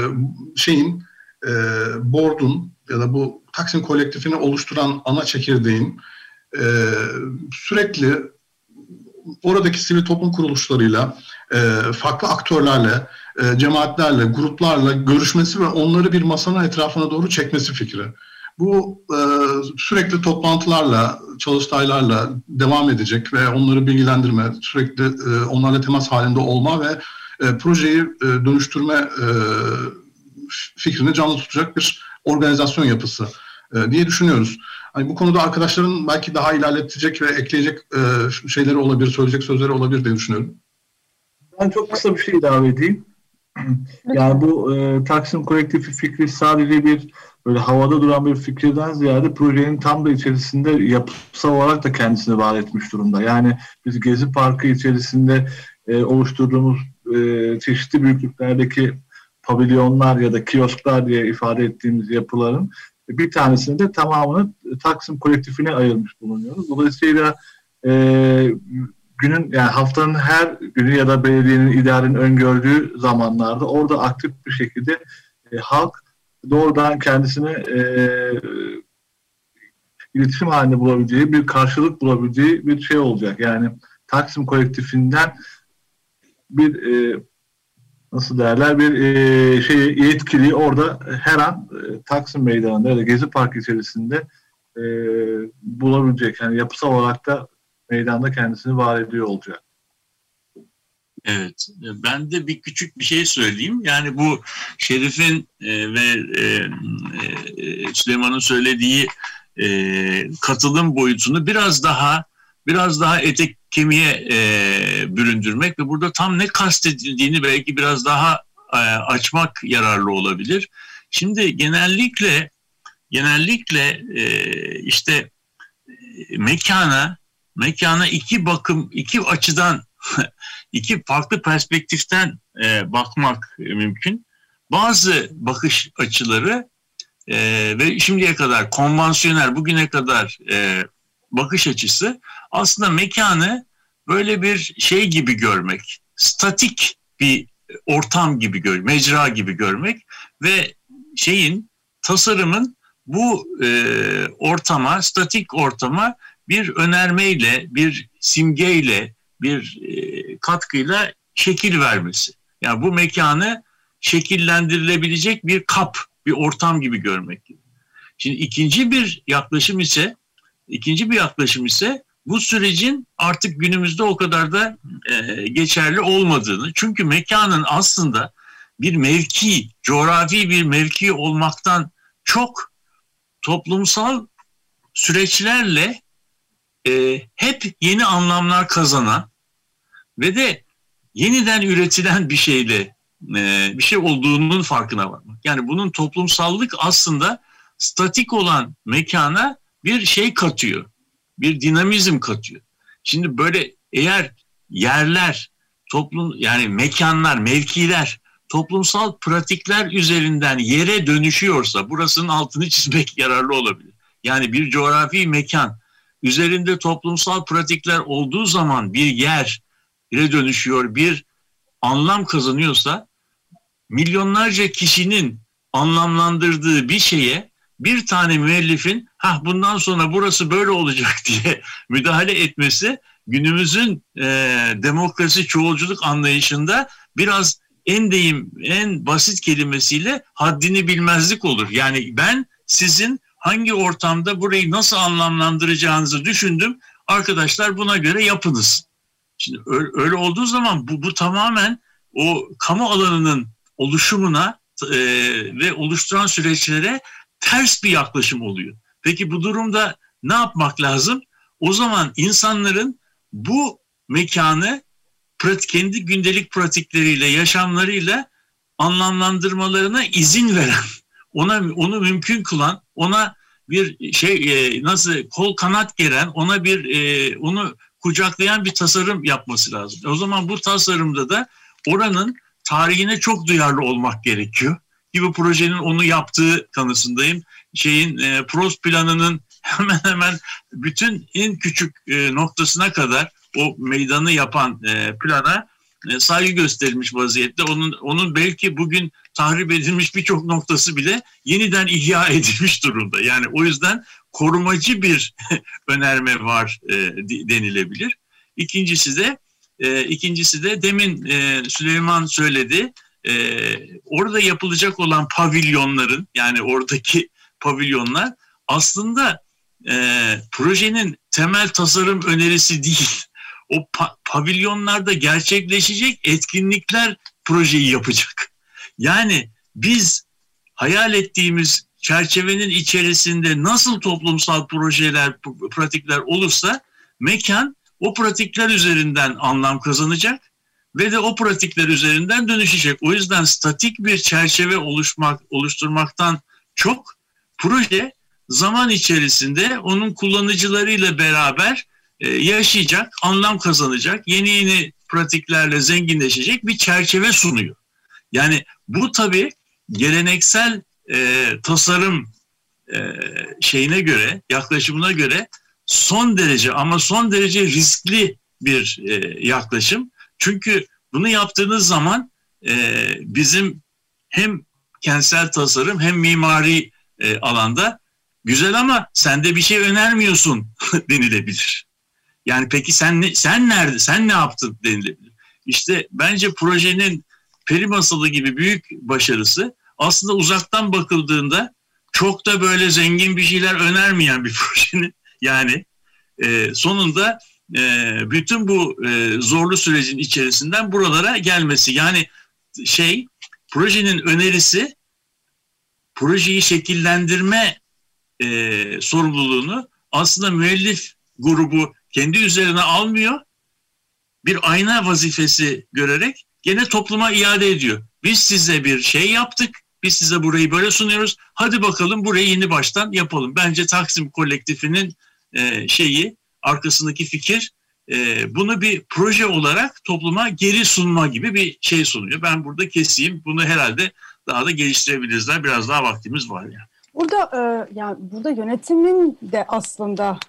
board'un ya da bu Taksim Kolektifini oluşturan ana çekirdeğin sürekli oradaki sivil toplum kuruluşlarıyla, farklı aktörlerle, cemaatlerle, gruplarla görüşmesi ve onları bir masanın etrafına doğru çekmesi fikri. Bu sürekli toplantılarla, çalıştaylarla devam edecek ve onları bilgilendirme, sürekli onlarla temas halinde olma ve projeyi dönüştürme fikrini canlı tutacak bir organizasyon yapısı diye düşünüyoruz. Hani bu konuda arkadaşların belki daha ilerletecek ve ekleyecek şeyleri olabilir, söyleyecek sözleri olabilir diye düşünüyorum. Ben çok kısa bir şey ilave edeyim. Yani bu Taksim Kolektifi fikri sadece bir böyle havada duran bir fikirden ziyade projenin tam da içerisinde yapısal olarak da kendisini var etmiş durumda. Yani biz Gezi Parkı içerisinde oluşturduğumuz çeşitli büyüklüklerdeki pavilyonlar ya da kiosklar diye ifade ettiğimiz yapıların bir tanesini de tamamını Taksim Kolektifine ayırmış bulunuyoruz. Dolayısıyla günün, yani haftanın her günü ya da belediyenin, idarenin öngördüğü zamanlarda orada aktif bir şekilde halk doğrudan kendisine iletişim halinde bulabileceği, bir karşılık bulabileceği bir şey olacak. Yani Taksim Kolektifinden bir nasıl derler, bir yetkili orada her an Taksim Meydanı'nda ya da Gezi Parkı içerisinde bulabilecek. Yani yapısal olarak da meydanda kendisini var ediyor olacak. Evet, ben de bir küçük bir şey söyleyeyim. Yani bu Şerif'in ve Süleyman'ın söylediği katılım boyutunu biraz daha etek kemiğe büründürmek ve burada tam ne kastedildiğini belki biraz daha açmak yararlı olabilir. Şimdi genellikle işte mekana iki açıdan iki farklı perspektiften bakmak mümkün. Bazı bakış açıları ve şimdiye kadar konvansiyonel, bugüne kadar bakış açısı aslında mekanı böyle bir şey gibi görmek, statik bir ortam gibi görmek, mecra gibi görmek ve tasarımın bu ortama, statik ortama bir önermeyle, bir simgeyle, bir katkıyla şekil vermesi. Yani bu mekanı şekillendirilebilecek bir kap, bir ortam gibi görmek gibi. Şimdi ikinci bir yaklaşım ise bu sürecin artık günümüzde o kadar da geçerli olmadığını. Çünkü mekanın aslında bir mevki, coğrafi bir mevki olmaktan çok toplumsal süreçlerle hep yeni anlamlar kazanan ve de yeniden üretilen bir şey olduğunun farkına varmak. Yani bunun toplumsallık aslında statik olan mekana bir şey katıyor, bir dinamizm katıyor. Şimdi böyle eğer yerler, yani mekanlar, mevkiler, toplumsal pratikler üzerinden yere dönüşüyorsa, burasının altını çizmek yararlı olabilir. Yani bir coğrafi mekan üzerinde toplumsal pratikler olduğu zaman bir yer dönüşüyor, bir anlam kazanıyorsa, milyonlarca kişinin anlamlandırdığı bir şeye bir tane müellifin bundan sonra burası böyle olacak diye müdahale etmesi günümüzün demokrasi, çoğulculuk anlayışında biraz en basit kelimesiyle haddini bilmezlik olur. Yani ben sizin hangi ortamda burayı nasıl anlamlandıracağınızı düşündüm. Arkadaşlar buna göre yapınız. Şimdi öyle olduğu zaman bu tamamen o kamu alanının oluşumuna ve oluşturan süreçlere ters bir yaklaşım oluyor. Peki bu durumda ne yapmak lazım? O zaman insanların bu mekanı kendi gündelik pratikleriyle, yaşamlarıyla anlamlandırmalarına izin veren, onu mümkün kılan, ona bir nasıl kol kanat geren, onu kucaklayan bir tasarım yapması lazım. O zaman bu tasarımda da oranın tarihine çok duyarlı olmak gerekiyor. Gibi projenin onu yaptığı kanısındayım. Prost planının hemen hemen bütün en küçük noktasına kadar o meydanı yapan plana saygı gösterilmiş vaziyette. Onun belki bugün tahrip edilmiş birçok noktası bile yeniden ihya edilmiş durumda. Yani o yüzden korumacı bir önerme var denilebilir. İkincisi de demin Süleyman söyledi. Orada yapılacak olan pavilyonların, yani oradaki pavilyonlar aslında projenin temel tasarım önerisi değil. O pavilyonlarda gerçekleşecek etkinlikler projeyi yapacak. Yani biz hayal ettiğimiz çerçevenin içerisinde nasıl toplumsal projeler, pratikler olursa mekan o pratikler üzerinden anlam kazanacak ve de o pratikler üzerinden dönüşecek. O yüzden statik bir çerçeve oluşturmaktan çok proje zaman içerisinde onun kullanıcılarıyla beraber yaşayacak, anlam kazanacak, yeni pratiklerle zenginleşecek bir çerçeve sunuyor. Yani bu tabii geleneksel tasarım yaklaşımına göre son derece riskli bir yaklaşım. Çünkü bunu yaptığınız zaman bizim hem kentsel tasarım hem mimari alanda güzel ama sen de bir şey önermiyorsun denilebilir. Yani peki sen nerede, sen ne yaptın denilebilir. İşte bence projenin peri masalı gibi büyük başarısı aslında uzaktan bakıldığında çok da böyle zengin bir şeyler önermeyen bir projenin, yani sonunda bütün bu zorlu sürecin içerisinden buralara gelmesi. Yani projenin önerisi projeyi şekillendirme sorumluluğunu aslında müellif grubu kendi üzerine almıyor. Bir ayna vazifesi görerek gene topluma iade ediyor. Biz size bir şey yaptık. Biz size burayı böyle sunuyoruz. Hadi bakalım burayı yeni baştan yapalım. Bence Taksim Kolektifi'nin arkasındaki fikir bunu bir proje olarak topluma geri sunma gibi bir şey sunuyor. Ben burada keseyim. Bunu herhalde daha da geliştirebilirizler. Biraz daha vaktimiz var yani. Burada yönetimin de aslında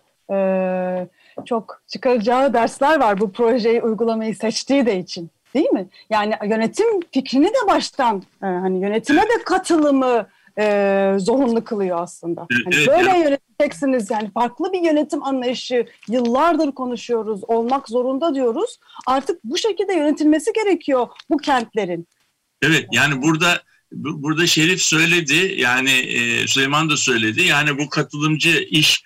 çok çıkaracağı dersler var bu projeyi uygulamayı seçtiği de için, değil mi? Yani yönetim fikrini de baştan yönetime de katılımı zorunlu kılıyor aslında. Böyle yöneteceksiniz, yani farklı bir yönetim anlayışı yıllardır konuşuyoruz, olmak zorunda diyoruz. Artık bu şekilde yönetilmesi gerekiyor bu kentlerin. Evet, yani burada Şerif söyledi, yani Süleyman da söyledi. Yani bu katılımcı iş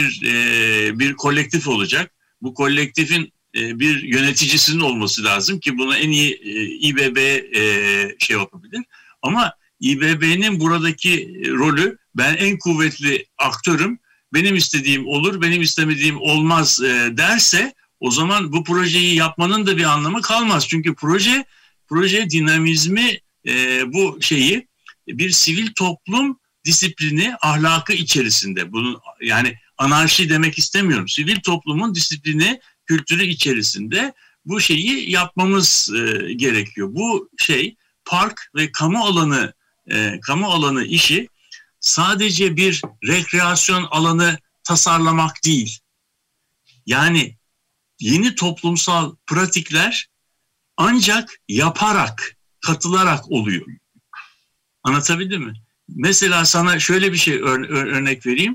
bir kolektif olacak. Bu kolektifin bir yöneticisinin olması lazım ki bunu en iyi İBB yapabilir. Ama İBB'nin buradaki rolü, ben en kuvvetli aktörüm, benim istediğim olur, benim istemediğim olmaz derse, o zaman bu projeyi yapmanın da bir anlamı kalmaz. Çünkü proje dinamizmi, bu bir sivil toplum disiplini, ahlakı içerisinde. Bunun, yani anarşi demek istemiyorum. Sivil toplumun disiplini, kültürü içerisinde bu şeyi yapmamız gerekiyor. Bu park ve kamu alanı işi sadece bir rekreasyon alanı tasarlamak değil. Yani yeni toplumsal pratikler ancak yaparak, katılarak oluyor. Anlatabildim mi? Mesela sana şöyle bir şey örnek vereyim.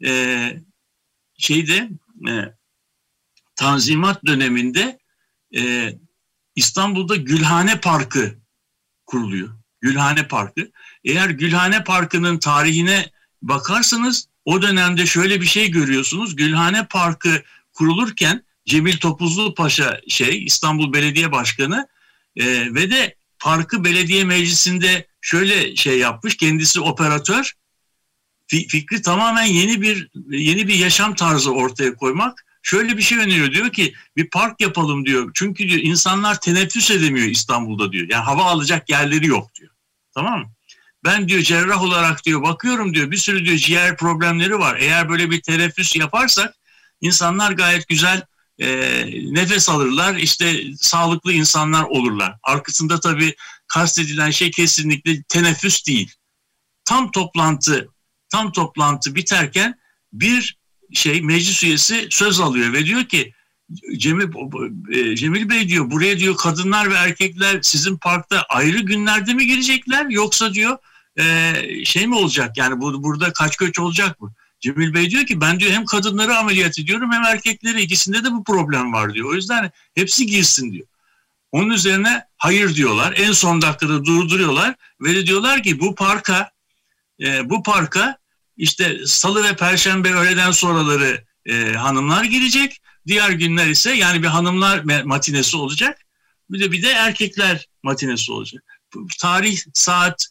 Tanzimat döneminde İstanbul'da Gülhane Parkı kuruluyor. Gülhane Parkı. Eğer Gülhane Parkı'nın tarihine bakarsanız o dönemde şöyle bir şey görüyorsunuz. Gülhane Parkı kurulurken Cemil Topuzlu Paşa İstanbul Belediye Başkanı ve de parkı belediye meclisinde şöyle yapmış. Kendisi operatör. Fikri tamamen yeni bir yaşam tarzı ortaya koymak. Şöyle bir şey öneriyor. Diyor ki bir park yapalım diyor. Çünkü diyor insanlar teneffüs edemiyor İstanbul'da diyor. Yani hava alacak yerleri yok diyor. Tamam mı? Ben diyor cerrah olarak diyor bakıyorum diyor bir sürü diyor ciğer problemleri var. Eğer böyle bir teneffüs yaparsak insanlar gayet güzel nefes alırlar. İşte sağlıklı insanlar olurlar. Arkasında tabii kastedilen şey kesinlikle teneffüs değil. Tam toplantı biterken bir meclis üyesi söz alıyor ve diyor ki Cemil Bey diyor buraya diyor kadınlar ve erkekler sizin parkta ayrı günlerde mi girecekler yoksa diyor mi olacak yani burada kaç göç olacak mı? Cemil Bey diyor ki ben diyor hem kadınları ameliyat ediyorum hem erkekleri ikisinde de bu problem var diyor. O yüzden hepsi girsin diyor. Onun üzerine hayır diyorlar. En son dakikada durduruyorlar ve de diyorlar ki bu parka işte salı ve perşembe öğleden sonraları hanımlar girecek. Diğer günler ise yani bir hanımlar matinesi olacak. Bir de erkekler matinesi olacak. Tarih saat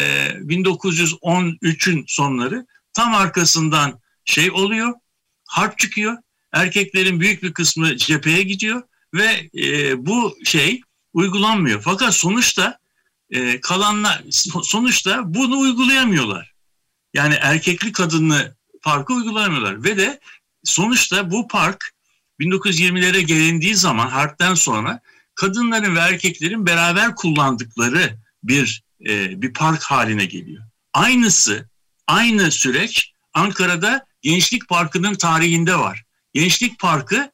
1913'ün sonları. Tam arkasından oluyor. Harp çıkıyor. Erkeklerin büyük bir kısmı cepheye gidiyor ve bu uygulanmıyor. Fakat sonuçta kalanlar bunu uygulayamıyorlar. Yani erkekli kadınlı parkı uygulayamıyorlar ve de sonuçta bu park 1920'lere gelindiği zaman harpten sonra kadınların ve erkeklerin beraber kullandıkları bir park haline geliyor. Aynı süreç Ankara'da Gençlik Parkı'nın tarihinde var. Gençlik Parkı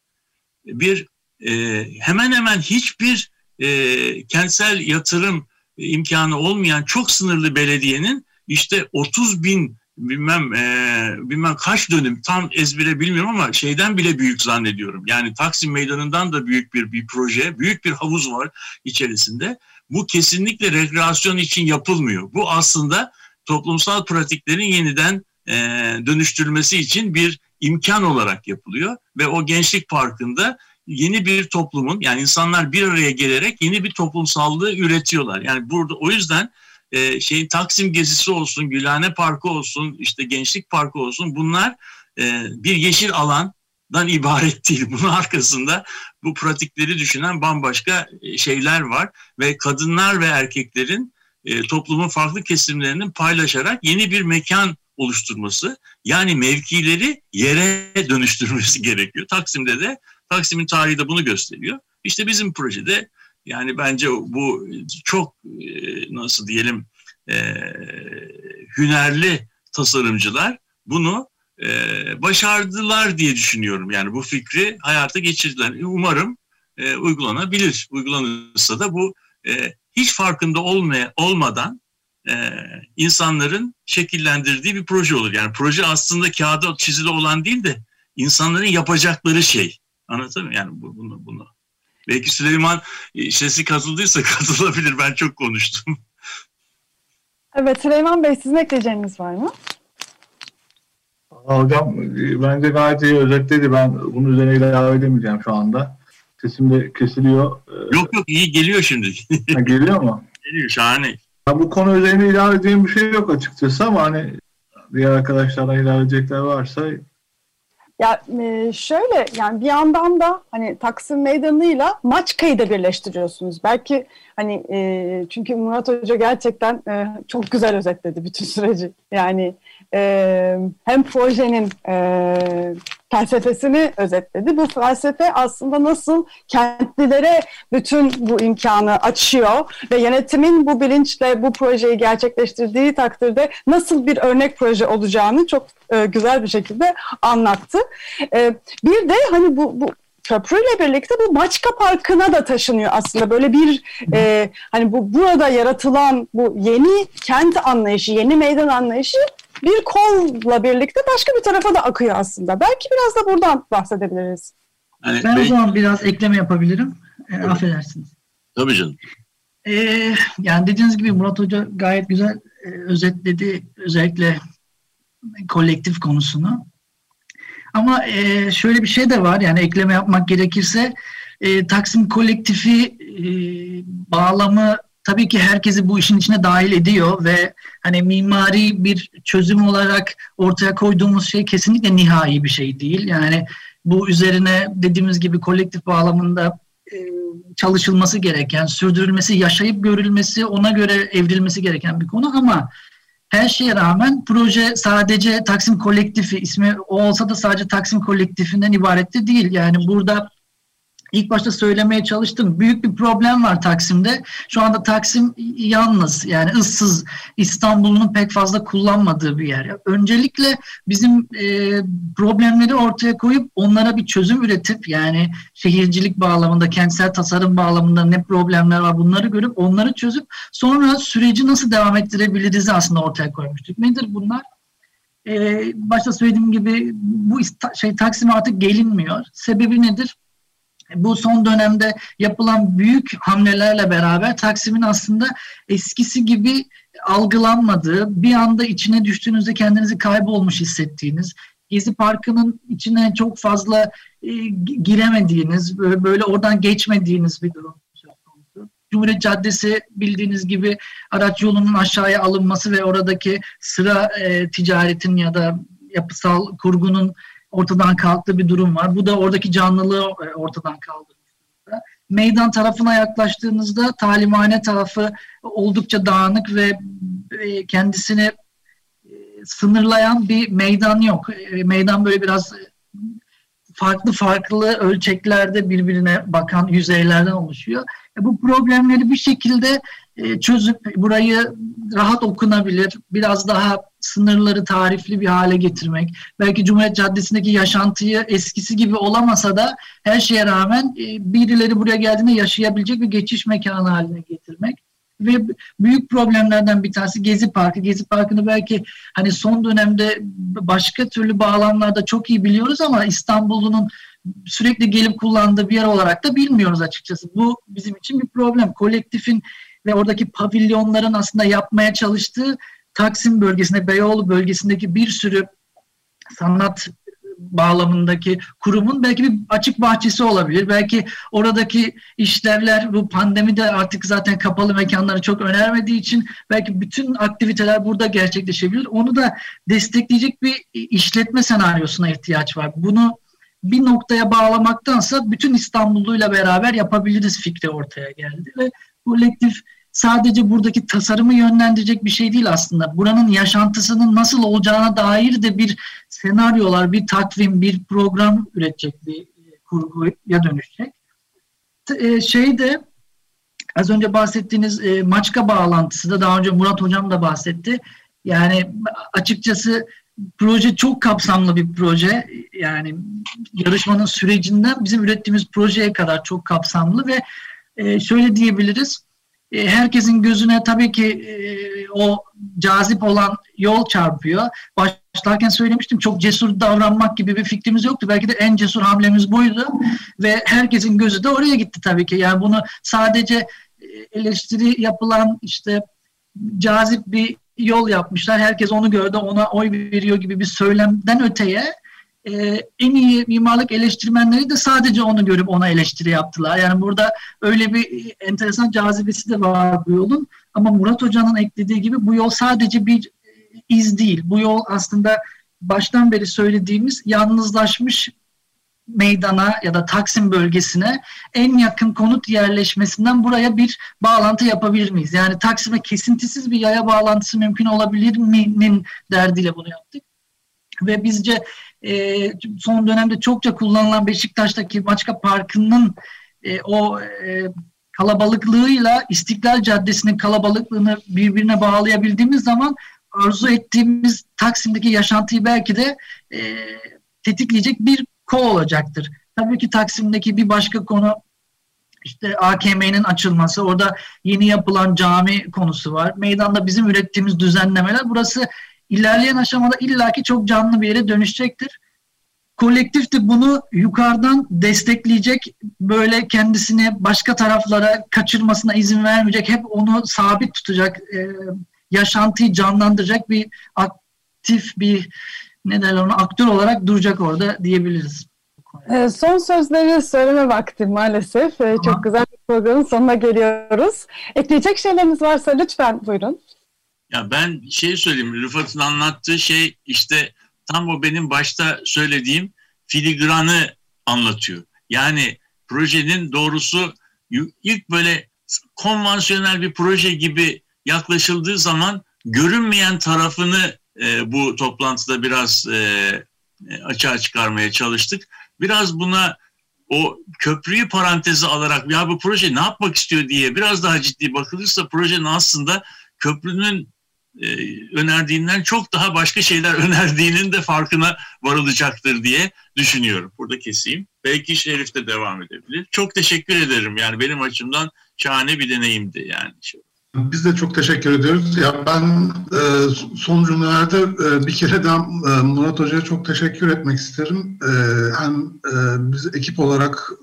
hemen hemen hiçbir kentsel yatırım imkanı olmayan çok sınırlı belediyenin işte 30 bin bilmem kaç dönüm tam ezbere bilmiyorum ama şeyden bile büyük zannediyorum. Yani Taksim Meydanı'ndan da büyük bir proje, büyük bir havuz var içerisinde. Bu kesinlikle rekreasyon için yapılmıyor. Bu aslında toplumsal pratiklerin yeniden dönüştürülmesi için bir imkan olarak yapılıyor. Ve o Gençlik Parkı'nda yeni bir toplumun yani insanlar bir araya gelerek yeni bir toplumsallığı üretiyorlar. Yani burada o yüzden Taksim gezisi olsun, Gülhane Parkı olsun, işte Gençlik Parkı olsun bunlar bir yeşil alandan ibaret değil. Bunun arkasında bu pratikleri düşünen bambaşka şeyler var ve kadınlar ve erkeklerin toplumun farklı kesimlerinin paylaşarak yeni bir mekan oluşturması yani mevkileri yere dönüştürmesi gerekiyor. Taksim'in tarihi de bunu gösteriyor. İşte bizim projede yani bence bu çok nasıl diyelim hünerli tasarımcılar bunu başardılar diye düşünüyorum. Yani bu fikri hayata geçirdiler. Umarım uygulanabilir. Uygulanırsa da bu hiç farkında olmadan insanların şekillendirdiği bir proje olur. Yani proje aslında kağıda çizili olan değil de insanların yapacakları şey. Anladın mı? Yani bunu. Belki Süleyman sesi katıldıysa katılabilir. Ben çok konuştum. Evet Süleyman Bey sizin ekleyeceğiniz var mı? Hocam bence gayet iyi özetledi. Ben bunun üzerine ilave edemeyeceğim şu anda. Sesim de kesiliyor. Yok iyi geliyor şimdi. Geliyor mu? Geliyor şahane. Bu konu üzerine ilave edeceğim bir şey yok açıkçası ama hani diğer arkadaşlardan ilave edecekler varsa. Ya şöyle yani bir yandan da hani Taksim Meydanı'yla Maçka'yı da birleştiriyorsunuz. Belki hani çünkü Murat Hoca gerçekten çok güzel özetledi bütün süreci. Yani hem projenin felsefesini özetledi. Bu felsefe aslında nasıl kentlilere bütün bu imkanı açıyor ve yönetimin bu bilinçle bu projeyi gerçekleştirdiği takdirde nasıl bir örnek proje olacağını çok güzel bir şekilde anlattı. Bir de hani bu köprüyle birlikte bu Maçka Parkı'na da taşınıyor aslında. Böyle bir hani bu burada yaratılan bu yeni kent anlayışı, yeni meydan anlayışı bir kolla birlikte başka bir tarafa da akıyor aslında. Belki biraz da buradan bahsedebiliriz. Yani Ben o zaman biraz ekleme yapabilirim. Affedersiniz. Tabii canım. Yani dediğiniz gibi Murat Hoca gayet güzel özetledi özellikle kolektif konusunu. Ama şöyle bir şey de var, yani ekleme yapmak gerekirse Taksim kolektifi bağlamı tabii ki herkesi bu işin içine dahil ediyor ve hani mimari bir çözüm olarak ortaya koyduğumuz şey kesinlikle nihai bir şey değil. Yani bu üzerine dediğimiz gibi kolektif bağlamında çalışılması gereken, sürdürülmesi, yaşayıp görülmesi, ona göre evrilmesi gereken bir konu ama her şeye rağmen proje sadece Taksim Kolektifi, ismi o olsa da sadece Taksim Kolektifinden ibaret de değil. Yani burada ilk başta söylemeye çalıştım. Büyük bir problem var Taksim'de. Şu anda Taksim yalnız, yani ıssız, İstanbul'un pek fazla kullanmadığı bir yer. Öncelikle bizim problemleri ortaya koyup onlara bir çözüm üretip, yani şehircilik bağlamında, kentsel tasarım bağlamında ne problemler var bunları görüp onları çözüp sonra süreci nasıl devam ettirebiliriz aslında ortaya koymuştuk. Nedir bunlar? Başta söylediğim gibi bu Taksim'e artık gelinmiyor. Sebebi nedir? Bu son dönemde yapılan büyük hamlelerle beraber Taksim'in aslında eskisi gibi algılanmadığı, bir anda içine düştüğünüzde kendinizi kaybolmuş hissettiğiniz, Gezi Parkı'nın içine çok fazla giremediğiniz, böyle oradan geçmediğiniz bir durum söz konusu. Cumhuriyet Caddesi bildiğiniz gibi araç yolunun aşağıya alınması ve oradaki sıra ticaretin ya da yapısal kurgunun ortadan kalktığı bir durum var. Bu da oradaki canlılığı ortadan kaldırmış durumda. Meydan tarafına yaklaştığınızda talimhane tarafı oldukça dağınık ve kendisini sınırlayan bir meydan yok. Meydan böyle biraz farklı ölçeklerde birbirine bakan yüzeylerden oluşuyor. Bu problemleri bir şekilde çözüp burayı rahat okunabilir, biraz daha sınırları tarifli bir hale getirmek, belki Cumhuriyet Caddesi'ndeki yaşantıyı eskisi gibi olamasa da her şeye rağmen birileri buraya geldiğinde yaşayabilecek bir geçiş mekanı haline getirmek. Ve büyük problemlerden bir tanesi Gezi Parkı. Gezi Parkı'nı belki hani son dönemde başka türlü bağlamlarda çok iyi biliyoruz ama İstanbul'un sürekli gelip kullandığı bir yer olarak da bilmiyoruz açıkçası. Bu bizim için bir problem. Kolektifin ve oradaki pavilyonların aslında yapmaya çalıştığı Taksim bölgesinde, Beyoğlu bölgesindeki bir sürü sanat bağlamındaki kurumun belki bir açık bahçesi olabilir. Belki oradaki işlevler bu pandemide artık zaten kapalı mekanları çok önermediği için belki bütün aktiviteler burada gerçekleşebilir. Onu da destekleyecek bir işletme senaryosuna ihtiyaç var. Bunu bir noktaya bağlamaktansa bütün İstanbulluyla beraber yapabiliriz fikri ortaya geldi ve kolektif sadece buradaki tasarımı yönlendirecek bir şey değil aslında. Buranın yaşantısının nasıl olacağına dair de bir senaryolar, bir takvim, bir program üretecek bir kurguya dönüşecek. Az önce bahsettiğiniz Maçka bağlantısı da daha önce Murat Hocam da bahsetti. Yani açıkçası proje çok kapsamlı bir proje. Yani yarışmanın sürecinden bizim ürettiğimiz projeye kadar çok kapsamlı ve şöyle diyebiliriz. Herkesin gözüne tabii ki o cazip olan yol çarpıyor. Başlarken söylemiştim, çok cesur davranmak gibi bir fikrimiz yoktu. Belki de en cesur hamlemiz buydu ve herkesin gözü de oraya gitti tabii ki. Yani bunu sadece eleştiri yapılan işte cazip bir yol yapmışlar. Herkes onu gördü, ona oy veriyor gibi bir söylemden öteye en iyi mimarlık eleştirmenleri de sadece onu görüp ona eleştiri yaptılar. Yani burada öyle bir enteresan cazibesi de var bu yolun. Ama Murat Hoca'nın eklediği gibi bu yol sadece bir iz değil. Bu yol aslında baştan beri söylediğimiz yalnızlaşmış meydana ya da Taksim bölgesine en yakın konut yerleşmesinden buraya bir bağlantı yapabilir miyiz? Yani Taksim'e kesintisiz bir yaya bağlantısı mümkün olabilir mi'nin derdiyle bunu yaptık. Ve bizce son dönemde çokça kullanılan Beşiktaş'taki Maçka Parkı'nın kalabalıklığıyla İstiklal Caddesi'nin kalabalıklığını birbirine bağlayabildiğimiz zaman arzu ettiğimiz Taksim'deki yaşantıyı belki de tetikleyecek bir kol olacaktır. Tabii ki Taksim'deki bir başka konu işte AKM'nin açılması, orada yeni yapılan cami konusu var. Meydanda bizim ürettiğimiz düzenlemeler, burası ilerleyen aşamada illaki çok canlı bir yere dönüşecektir. Kolektif de bunu yukarıdan destekleyecek, böyle kendisini başka taraflara kaçırmasına izin vermeyecek, hep onu sabit tutacak, yaşantıyı canlandıracak bir aktif bir aktör olarak duracak orada diyebiliriz. Son sözleri söyleme vakti maalesef. Çok güzel bir programın sonuna geliyoruz. Ekleyecek şeyleriniz varsa lütfen buyurun. Ya ben söyleyeyim, Rıfat'ın anlattığı şey işte tam o benim başta söylediğim filigranı anlatıyor. Yani projenin doğrusu ilk böyle konvansiyonel bir proje gibi yaklaşıldığı zaman görünmeyen tarafını bu toplantıda biraz açığa çıkarmaya çalıştık. Biraz buna o köprüyü paranteze alarak ya bu proje ne yapmak istiyor diye biraz daha ciddi bakılırsa projenin aslında köprünün önerdiğinden çok daha başka şeyler önerdiğinin de farkına varılacaktır diye düşünüyorum. Burada keseyim. Belki Şerif de devam edebilir. Çok teşekkür ederim. Yani benim açımdan şahane bir deneyimdi yani. Biz de çok teşekkür ediyoruz. Ya ben son cümlelerde bir kere daha Murat Hoca'ya çok teşekkür etmek isterim. Hem biz ekip olarak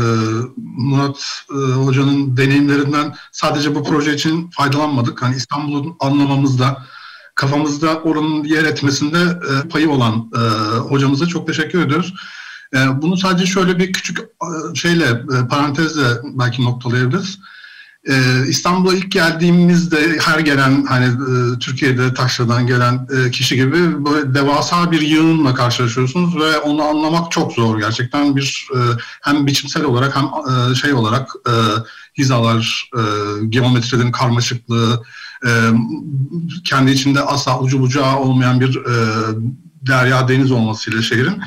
Murat Hoca'nın deneyimlerinden sadece bu proje için faydalanmadık. Hani İstanbul'u anlamamızda, kafamızda oranın yer etmesinde payı olan hocamıza çok teşekkür ediyoruz. Bunu sadece şöyle bir küçük parantezle belki noktalayabiliriz. İstanbul'a ilk geldiğimizde her gelen Türkiye'de taşradan gelen kişi gibi böyle devasa bir yığınla karşılaşıyorsunuz ve onu anlamak çok zor gerçekten. Hem biçimsel olarak hem olarak hizalar, geometrilerin karmaşıklığı, kendi içinde asla ucu bucağı olmayan bir derya deniz olmasıyla şehrin.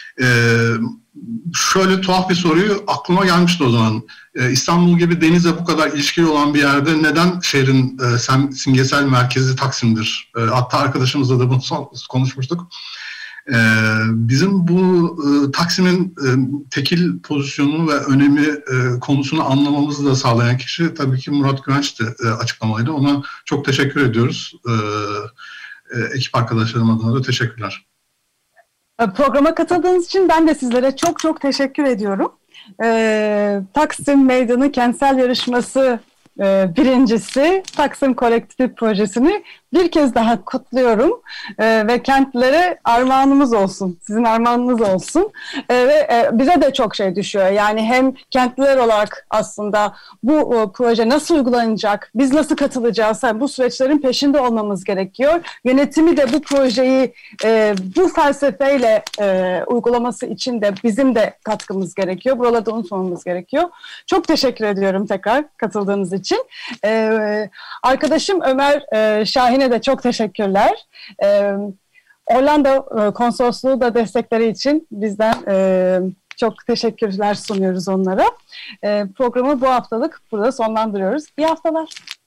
Şöyle tuhaf bir soruyu aklıma gelmişti o zaman. İstanbul gibi denize bu kadar ilişkili olan bir yerde neden şehrin simgesel merkezi Taksim'dir? Hatta arkadaşımızla da bunu konuşmuştuk. Bizim bu Taksim'in tekil pozisyonunu ve önemi konusunu anlamamızı da sağlayan kişi tabii ki Murat Güvenç'ti açıklamaydı. Ona çok teşekkür ediyoruz. Ekip arkadaşlarım adına da teşekkürler. Programa katıldığınız için ben de sizlere çok çok teşekkür ediyorum. Taksim Meydanı Kentsel Yarışması birincisi Taksim Kolektif Projesi'ni bir kez daha kutluyorum ve kentlere armağanımız olsun, sizin armağanınız olsun ve bize de çok şey düşüyor. Yani hem kentliler olarak aslında bu proje nasıl uygulanacak, biz nasıl katılacağız, bu süreçlerin peşinde olmamız gerekiyor. Yönetimi de bu projeyi bu felsefeyle uygulaması için de bizim de katkımız gerekiyor. Buralarda unutmamamız gerekiyor. Çok teşekkür ediyorum tekrar katıldığınız için. Arkadaşım Ömer Şahin'e de çok teşekkürler. Hollanda konsolosluğu da destekleri için bizden çok teşekkürler sunuyoruz onlara. Programı bu haftalık burada sonlandırıyoruz. İyi haftalar.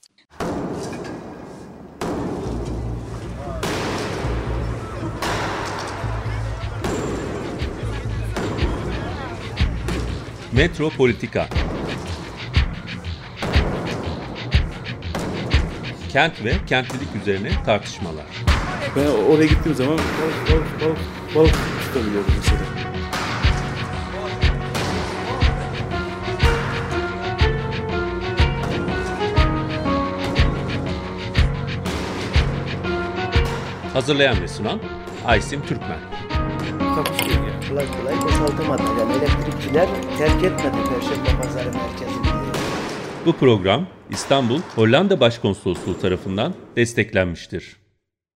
Metropolitika. Kent ve kentlilik üzerine tartışmalar. Ben oraya gittiğim zaman balık tutabiliyordum mesela. Hazırlayan ve sunan Aysim Türkmen. Kolay kolay boşaltamadı. Yani elektrikçiler terk etmedi Perşembe Pazarı merkezini. Bu program İstanbul Hollanda Başkonsolosluğu tarafından desteklenmiştir.